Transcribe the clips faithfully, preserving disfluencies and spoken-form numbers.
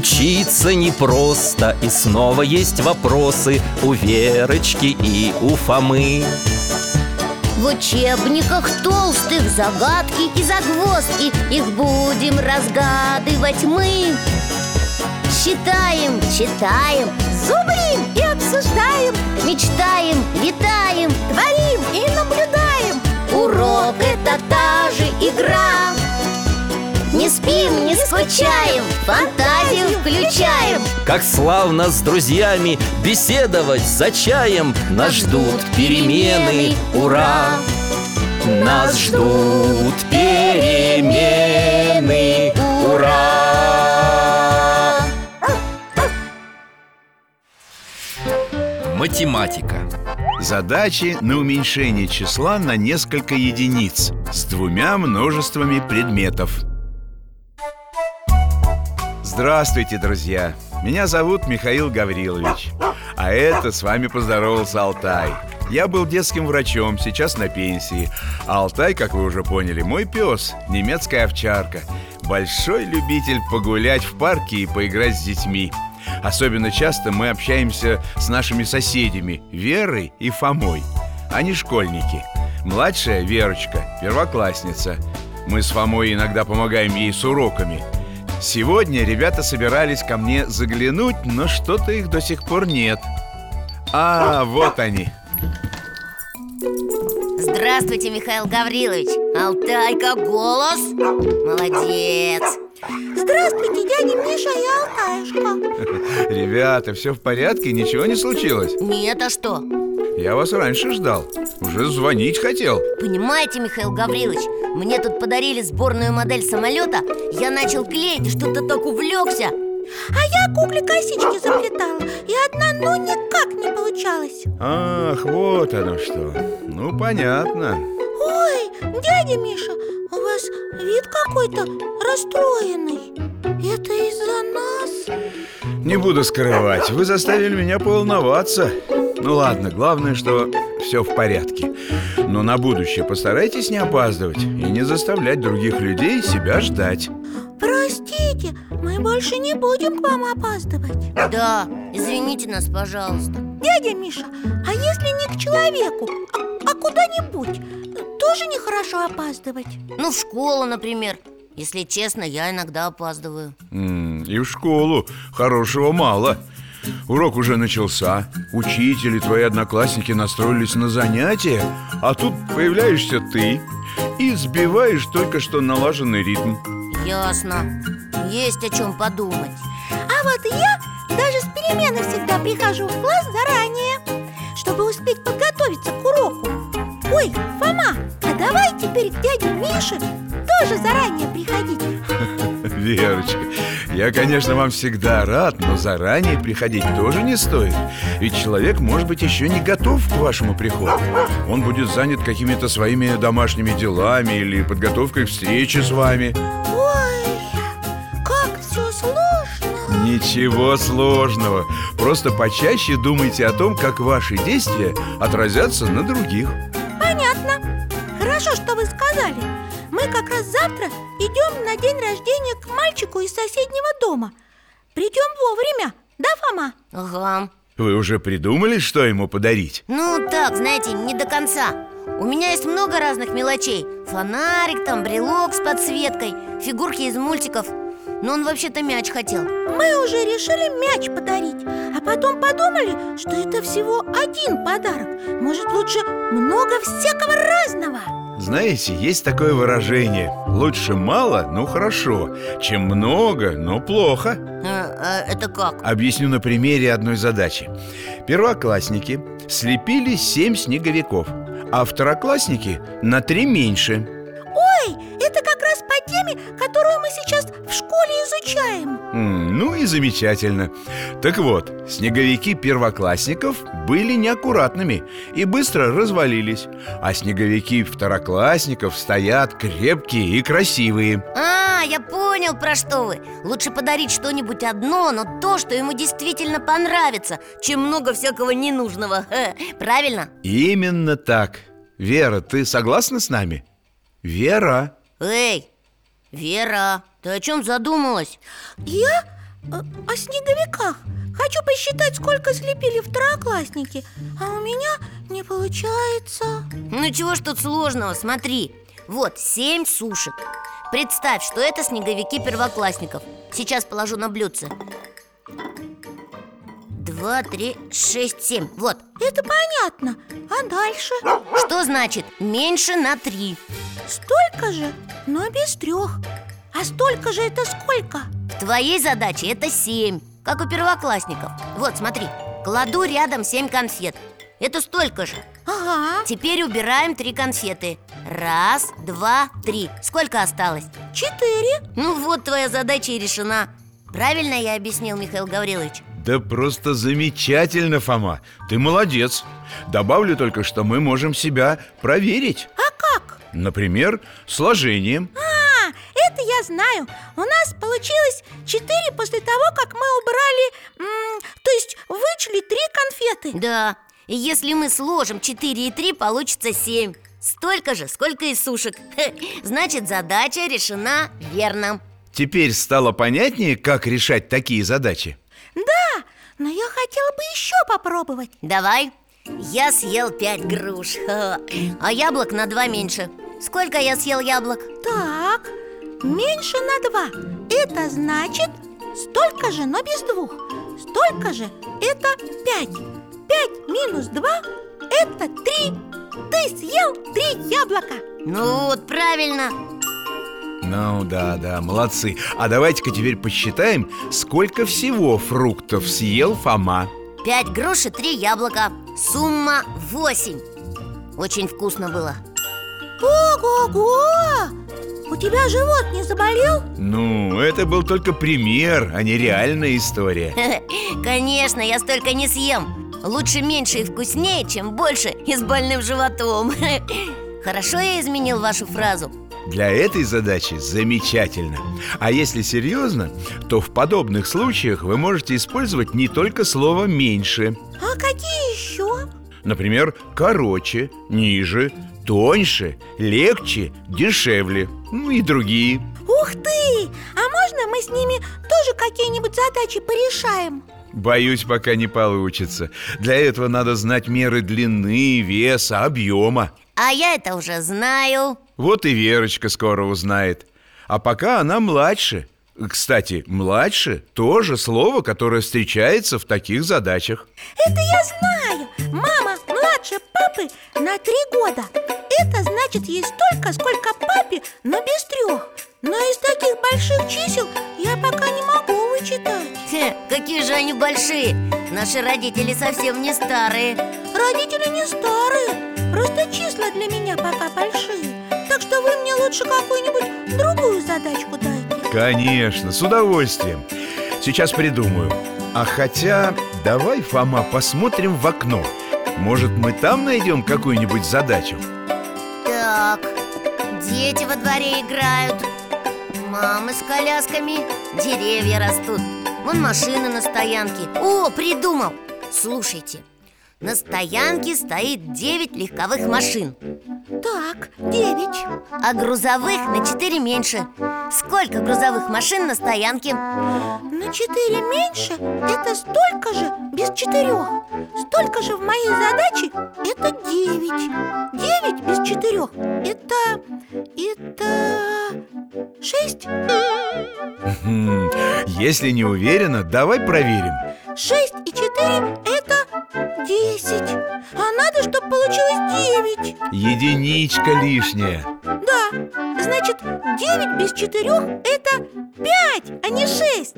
Учиться непросто, и снова есть вопросы у Верочки и у Фомы. В учебниках толстых загадки и загвоздки, их будем разгадывать мы. Считаем, читаем, зубрим и обсуждаем, мечтаем, летаем, творим и наблюдаем. Урок — это та же игра. Не спим, не скучаем, фантазию включаем. Как славно с друзьями беседовать за чаем. Нас ждут перемены, ура! Нас ждут перемены, ура! Математика. Задачи на уменьшение числа на несколько единиц с двумя множествами предметов. Здравствуйте, друзья! Меня зовут Михаил Гаврилович. А это с вами поздоровался Алтай. Я был детским врачом, сейчас на пенсии. А Алтай, как вы уже поняли, мой пес, немецкая овчарка. Большой любитель погулять в парке и поиграть с детьми. Особенно часто мы общаемся с нашими соседями Верой и Фомой. Они школьники. Младшая Верочка, первоклассница. Мы с Фомой иногда помогаем ей с уроками. Сегодня ребята собирались ко мне заглянуть, но что-то их до сих пор нет. А, вот они. Здравствуйте, Михаил Гаврилович. Алтайка, голос. Молодец. Здравствуйте, дядя Миша и Алтаюшка. Ребята, все в порядке? Ничего не случилось? Нет, а что? Я вас раньше ждал. Уже звонить хотел. Понимаете, Михаил Гаврилович, мне тут подарили сборную модель самолета. Я начал клеить и что-то так увлекся. А я кукле косички заплетала, и одна ну никак не получалась. Ах, вот оно что. Ну, понятно. Ой, дядя Миша, у вас вид какой-то расстроенный. Это из-за нас? Не буду скрывать, вы заставили меня поволноваться. Ну ладно, главное, что все в порядке. Но на будущее постарайтесь не опаздывать и не заставлять других людей себя ждать. Простите, мы больше не будем к вам опаздывать. Да, извините нас, пожалуйста. Дядя Миша, а если не к человеку, а, а куда-нибудь, тоже нехорошо опаздывать? Ну, в школу, например. Если честно, я иногда опаздываю. М-м, И в школу хорошего мало. Урок уже начался. Учитель и твои одноклассники настроились на занятия, а тут появляешься ты и сбиваешь только что налаженный ритм. Ясно. Есть о чем подумать. А вот я даже с перемены всегда прихожу в класс заранее, чтобы успеть подготовиться к уроку. Ой, Фома, а давай теперь к дяде Мише тоже заранее приходить. Верочка, я, конечно, вам всегда рад, но заранее приходить тоже не стоит. Ведь человек, может быть, еще не готов к вашему приходу. Он будет занят какими-то своими домашними делами или подготовкой к встрече с вами. Ой, как все сложно. Ничего сложного. Просто почаще думайте о том, как ваши действия отразятся на других. Понятно. Хорошо, что вы сказали. Мы как раз завтра идем на день рождения к мальчику из соседнего дома. Придем вовремя, да, Фома? Ага. Вы уже придумали, что ему подарить? Ну, так, знаете, не до конца. У меня есть много разных мелочей. Фонарик, там, брелок с подсветкой, фигурки из мультиков. Но он вообще-то мяч хотел. Мы уже решили мяч подарить, а потом подумали, что это всего один подарок. Может, лучше много всякого разного. Знаете, есть такое выражение: лучше мало, но хорошо, чем много, но плохо. а, а Это как? Объясню на примере одной задачи. Первоклассники слепили семь снеговиков, а второклассники на три меньше. Ой, это как раз по теме, которую мы сейчас в школе изучаем. М, Ну и замечательно. Так вот, снеговики первоклассников были неаккуратными и быстро развалились, а снеговики второклассников стоят крепкие и красивые. А, я понял, про что вы. Лучше подарить что-нибудь одно, но то, что ему действительно понравится, чем много всякого ненужного. Ха, правильно? Именно так. Вера, ты согласна с нами? Вера? Эй, Вера, ты о чем задумалась? Я? э, о снеговиках. Хочу посчитать, сколько слепили второклассники, а у меня не получается. Ну чего ж тут сложного, смотри. Вот семь сушек. Представь, что это снеговики первоклассников. Сейчас положу на блюдце. Два, три, шесть, семь. Вот. Это понятно. А дальше? Что значит меньше на три? Столько же, но без трех. А столько же это сколько? В твоей задаче это семь, как у первоклассников. Вот, смотри, кладу рядом семь конфет. Это столько же. Ага. Теперь убираем три конфеты. Раз, два, три. Сколько осталось? Четыре. Ну вот, твоя задача и решена. Правильно я объяснил, Михаил Гаврилович? Да просто замечательно, Фома. Ты молодец. Добавлю только, что мы можем себя проверить. А как? Например, сложением. А, это я знаю. У нас получилось четыре после того, как мы убрали, м, то есть вычли три конфеты. Да, и если мы сложим четыре и три, получится семь. Столько же, сколько и сушек. Значит, задача решена верно. Теперь стало понятнее, как решать такие задачи? Да, но я хотела бы еще попробовать. Давай. Я съел пять груш, а яблок на два меньше. Сколько я съел яблок? Так, меньше на два. Это значит столько же, но без двух. Столько же это пять. Пять минус два это три. Ты съел три яблока. Ну вот, правильно. Ну да, да, молодцы. А давайте-ка теперь посчитаем, сколько всего фруктов съел Фома. Пять груш и три яблока. Сумма восемь. Очень вкусно было. Ого-го! У тебя живот не заболел? Ну, это был только пример, а не реальная история. Конечно, я столько не съем. Лучше меньше и вкуснее, чем больше и с больным животом. Хорошо я изменил вашу фразу? Для этой задачи замечательно. А если серьезно, то в подобных случаях вы можете использовать не только слово «меньше». А какие еще? Например, короче, ниже, тоньше, легче, дешевле. Ну и другие. Ух ты! А можно мы с ними тоже какие-нибудь задачи порешаем? Боюсь, пока не получится. Для этого надо знать меры длины, веса, объема. А я это уже знаю. Вот и Верочка скоро узнает. А пока она младше. Кстати, младше тоже слово, которое встречается в таких задачах. Это я знаю. Мама младше папы на три года. Это значит ей столько, сколько папе, но без трех. Но из таких больших чисел я пока не могу вычитать. Хе, какие же они большие. Наши родители совсем не старые. Родители не старые. Просто числа для меня пока большие. Так что вы мне лучше какую-нибудь другую задачку дайте. Конечно, с удовольствием. Сейчас придумаю. А хотя, давай, Фома, посмотрим в окно. Может, мы там найдем какую-нибудь задачу? Так, дети во дворе играют, мамы с колясками, деревья растут. Вон машины на стоянке. О, придумал! Слушайте, на стоянке стоит девять легковых машин. Так, девять. А грузовых на четыре меньше. Сколько грузовых машин на стоянке? На четыре меньше это столько же без четырех. Столько же в моей задаче это девять. Девять без четырех это... это... шесть. Хм, Если не уверена, давай проверим. Шесть и четыре это десять. А надо, чтобы получилось девять. Единичка лишняя. Да, значит, девять без четырех это пять, а не шесть.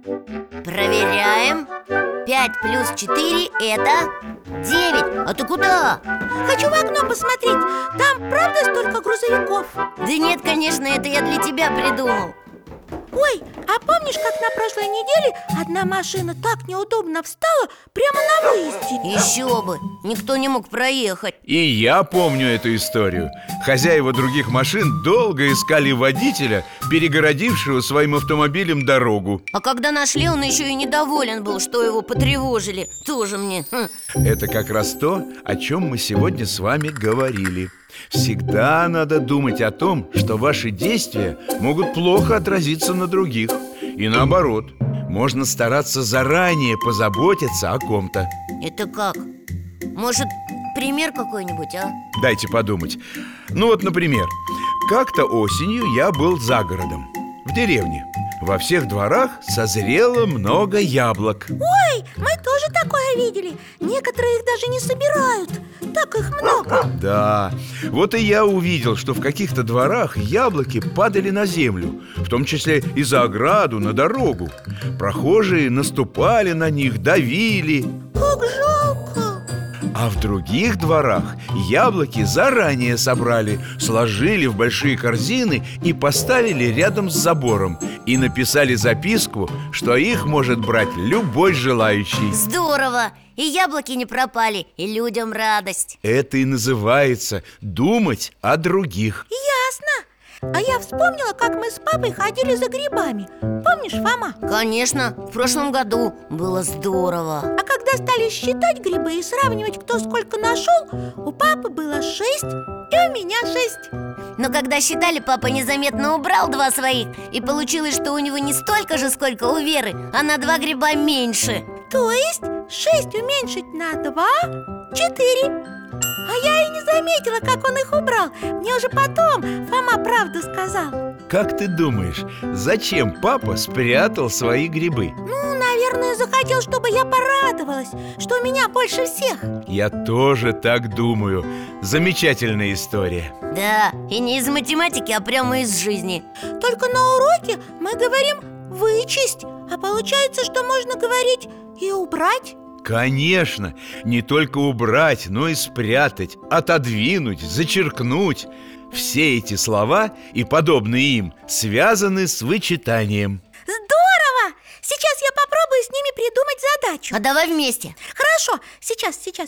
Проверяем. Пять плюс четыре это девять. А ты куда? Хочу в окно посмотреть. Там правда столько грузовиков? Да нет, конечно, это я для тебя придумал. Ой, а помнишь, как на прошлой неделе одна машина так неудобно встала прямо на выезде? Еще бы, никто не мог проехать. И я помню эту историю. Хозяева других машин долго искали водителя, перегородившего своим автомобилем дорогу. А когда нашли, он еще и недоволен был, что его потревожили. Тоже мне хм. Это как раз то, о чем мы сегодня с вами говорили. Всегда надо думать о том, что ваши действия могут плохо отразиться на других. И наоборот, можно стараться заранее позаботиться о ком-то. Это как? Может, пример какой-нибудь, а? Дайте подумать. Ну вот, например, как-то осенью я был за городом, в деревне. Во всех дворах созрело много яблок. Ой, мы тоже такое видели. Некоторые их даже не собирают. Так их много. Да, вот и я увидел, что в каких-то дворах яблоки падали на землю, в том числе и за ограду, на дорогу. Прохожие наступали на них, давили. Как жалко. А в других дворах яблоки заранее собрали, сложили в большие корзины и поставили рядом с забором. И написали записку, что их может брать любой желающий. Здорово! И яблоки не пропали, и людям радость. Это и называется думать о других. Ясно. А я вспомнила, как мы с папой ходили за грибами. Помнишь, Фома? Конечно, в прошлом году было здорово. А когда стали считать грибы и сравнивать, кто сколько нашел, у папы было шесть, и у меня шесть. Но когда считали, папа незаметно убрал два своих, и получилось, что у него не столько же, сколько у Веры, а на два гриба меньше. То есть шесть уменьшить на два – четыре. А я и не заметила, как он их убрал. Мне уже потом Фома правду сказал. Как ты думаешь, зачем папа спрятал свои грибы? Ну, наверное, захотел, чтобы я порадовалась, что у меня больше всех. Я тоже так думаю. Замечательная история. Да, и не из математики, а прямо из жизни. Только на уроке мы говорим «вычесть», а получается, что можно говорить и убрать. Конечно, не только убрать, но и спрятать, отодвинуть, зачеркнуть. Все эти слова и подобные им связаны с вычитанием. Здорово! Сейчас я попробую с ними придумать задачу. А давай вместе. Хорошо, сейчас, сейчас.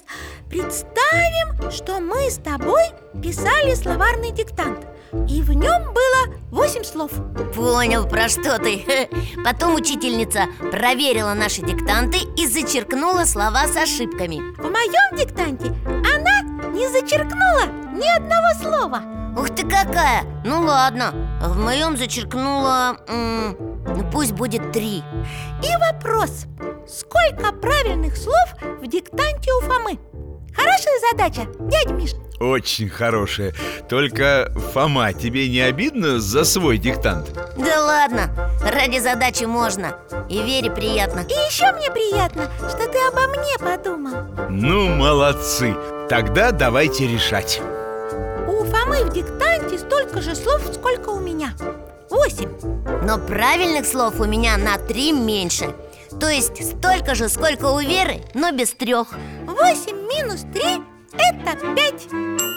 Представим, что мы с тобой писали словарный диктант, и в нем было восемь слов. Понял, про что ты. Потом учительница проверила наши диктанты и зачеркнула слова с ошибками. В моем диктанте она не зачеркнула ни одного слова. Ух ты какая! Ну ладно, в моем зачеркнула, м- ну пусть будет три. И вопрос: сколько правильных слов в диктанте у Фомы? Хорошая задача, дядя Миш? Очень хорошая. Только, Фома, тебе не обидно за свой диктант? Да ладно, ради задачи можно. И Вере приятно. И еще мне приятно, что ты обо мне подумал. Ну, молодцы. Тогда давайте решать. У Фомы в диктанте столько же слов, сколько у меня. Восемь. Но правильных слов у меня на три меньше. То есть столько же, сколько у Веры, но без трех. Восемь минус три – это пять.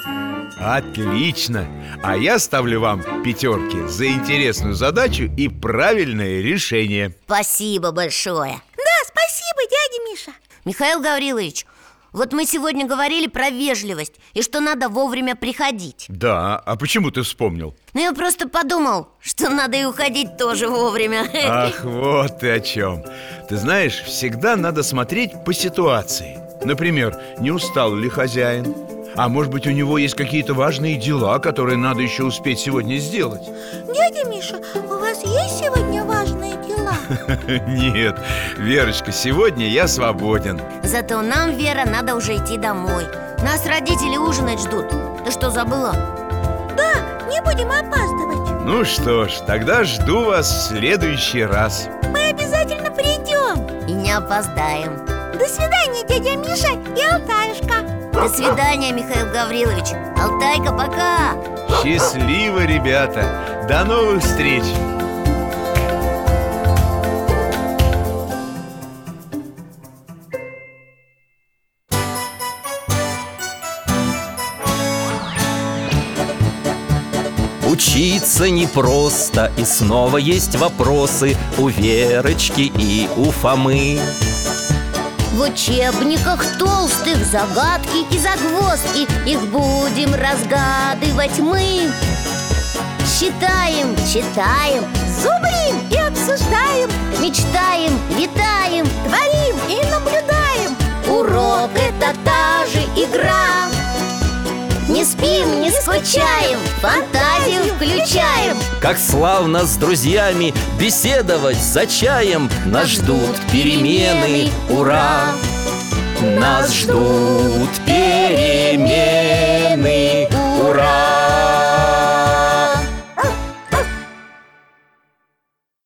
Отлично! А я ставлю вам пятерки за интересную задачу и правильное решение. Спасибо большое. Да, спасибо, дядя Миша. Михаил Гаврилович, вот мы сегодня говорили про вежливость и что надо вовремя приходить. Да, а почему ты вспомнил? Ну я просто подумал, что надо и уходить тоже вовремя. Ах, вот ты о чем. Ты знаешь, всегда надо смотреть по ситуации. Например, не устал ли хозяин? А может быть, у него есть какие-то важные дела, которые надо еще успеть сегодня сделать? Дядя Миша, у вас есть сегодня важные дела? Нет, Верочка, сегодня я свободен. Зато нам, Вера, надо уже идти домой. Нас родители ужинать ждут. Ты что, забыла? Да, не будем опаздывать. Ну что ж, тогда жду вас в следующий раз. Мы обязательно придем. И не опоздаем. До свидания, дядя Миша и Алтаюшка. До свидания, Михаил Гаврилович. Алтайка, пока. Счастливо, ребята. До новых встреч. Учиться непросто, и снова есть вопросы у Верочки и у Фомы. В учебниках толстых загадки и загвоздки, их будем разгадывать мы. Считаем, читаем, зубрим и обсуждаем, мечтаем, летаем, творим и наблюдаем. Урок — это та же игра. Не спим, не скучаем, фантазию включаем. Как славно с друзьями беседовать за чаем. Нас ждут перемены, ура! Нас ждут перемены.